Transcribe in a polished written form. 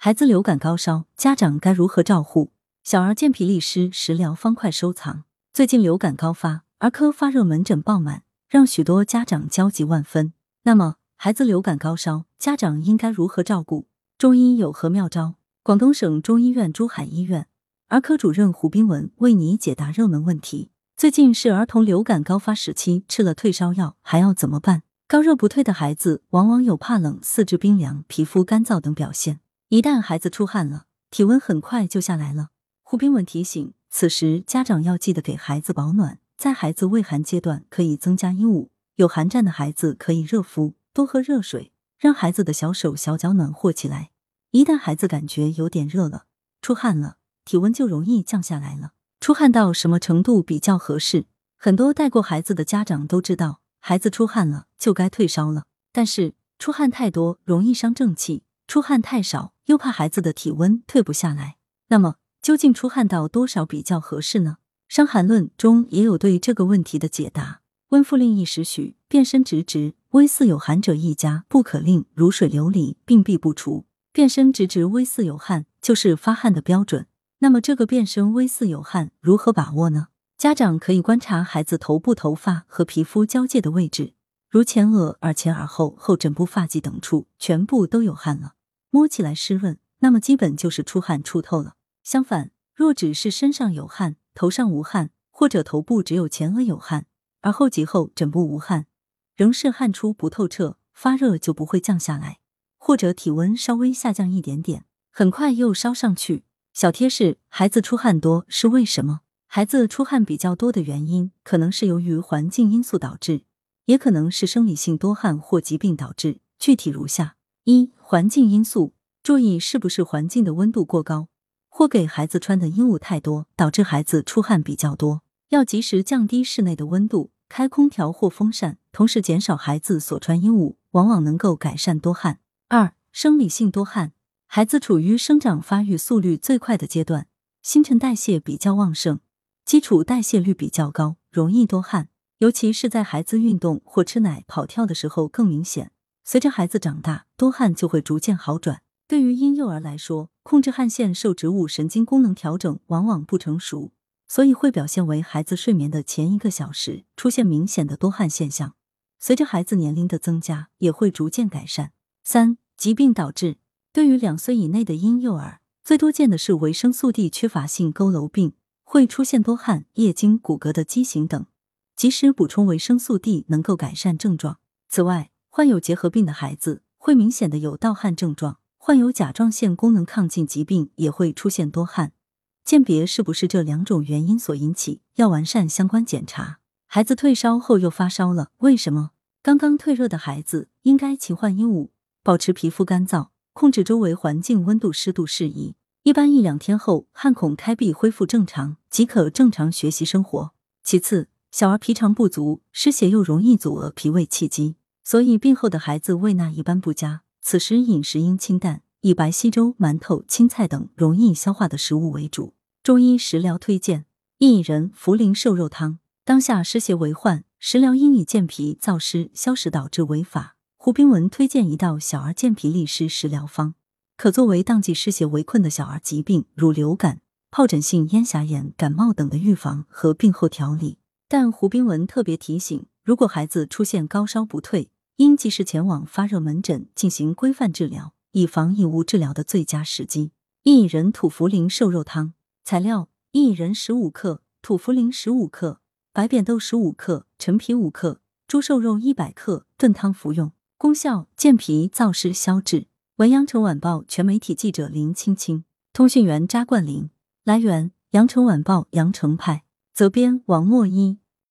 孩子流感高烧，家长该如何照护？小儿健脾利湿食疗方块收藏。最近流感高发，儿科发热门诊爆满，让许多家长焦急万分。那么，孩子流感高烧，家长应该如何照顾？中医有何妙招？广东省中医院珠海医院儿科主任胡斌文为你解答热门问题。最近是儿童流感高发时期，吃了退烧药还要怎么办？高热不退的孩子往往有怕冷、四肢冰凉、皮肤干燥等表现。一旦孩子出汗了，体温很快就下来了。胡斌文提醒，此时家长要记得给孩子保暖，在孩子畏寒阶段可以增加衣物，有寒战的孩子可以热敷，多喝热水，让孩子的小手小脚暖和起来。一旦孩子感觉有点热了，出汗了，体温就容易降下来了。出汗到什么程度比较合适？很多带过孩子的家长都知道，孩子出汗了就该退烧了。但是出汗太多容易伤正气，出汗太少又怕孩子的体温退不下来。那么究竟出汗到多少比较合适呢？伤寒论中也有对这个问题的解答。温复令一时许，变身直直，微似有寒者一家，不可令，如水流离，病必不除。变身直直微似有汗，就是发汗的标准。那么这个变身微似有汗如何把握呢？家长可以观察孩子头部头发和皮肤交界的位置，如前额、耳前、耳后、后枕部发际等处，全部都有汗了，摸起来湿润，那么基本就是出汗出透了。相反，若只是身上有汗，头上无汗，或者头部只有前额有汗，而后及后枕部无汗，仍是汗出不透彻，发热就不会降下来，或者体温稍微下降一点点，很快又烧上去。小贴士：孩子出汗多是为什么？孩子出汗比较多的原因，可能是由于环境因素导致，也可能是生理性多汗或疾病导致。具体如下：一、环境因素，注意是不是环境的温度过高，或给孩子穿的衣物太多，导致孩子出汗比较多。要及时降低室内的温度，开空调或风扇，同时减少孩子所穿衣物，往往能够改善多汗。二、生理性多汗，孩子处于生长发育速率最快的阶段，新陈代谢比较旺盛，基础代谢率比较高，容易多汗，尤其是在孩子运动或吃奶跑跳的时候更明显。随着孩子长大，多汗就会逐渐好转。对于婴幼儿来说，控制汗腺受植物神经功能调整往往不成熟，所以会表现为孩子睡眠的前1个小时出现明显的多汗现象，随着孩子年龄的增加也会逐渐改善。三、疾病导致，对于2岁以内的婴幼儿，最多见的是维生素 D 缺乏性佝偻病，会出现多汗、夜惊、骨骼的畸形等，及时补充维生素 D 能够改善症状。此外，患有结核病的孩子会明显的有盗汗症状，患有甲状腺功能亢进疾病也会出现多汗。鉴别是不是这2种原因所引起，要完善相关检查。孩子退烧后又发烧了，为什么？刚刚退热的孩子应该勤换衣物，保持皮肤干燥，控制周围环境温度湿度适宜，一般1-2天后汗孔开闭恢复正常，即可正常学习生活。其次，小儿脾肠不足，湿邪又容易阻遏脾胃气机，所以病后的孩子胃纳一般不佳，此时饮食应清淡，以白稀粥、馒头、青菜等容易消化的食物为主。中医食疗推荐：薏仁茯苓瘦肉汤。当下湿邪为患，食疗应以健脾燥湿消食导滞为法。胡斌文推荐一道小儿健脾利湿食疗方，可作为当季湿邪围困的小儿疾病，如流感、疱疹性咽峡炎、感冒等的预防和病后调理。但胡斌文特别提醒，如果孩子出现高烧不退，应及时前往发热门诊进行规范治疗，以防薏物治疗的最佳时机。薏仁土茯苓瘦肉汤。材料：薏仁15克，土茯苓15克，白扁豆15克，陈皮5克，猪瘦肉100克，炖汤服用。功效：健脾燥湿消滞。文阳城晚报全媒体记者林青青，通讯员查冠霖。来源：阳城晚报阳城派，责编王墨一。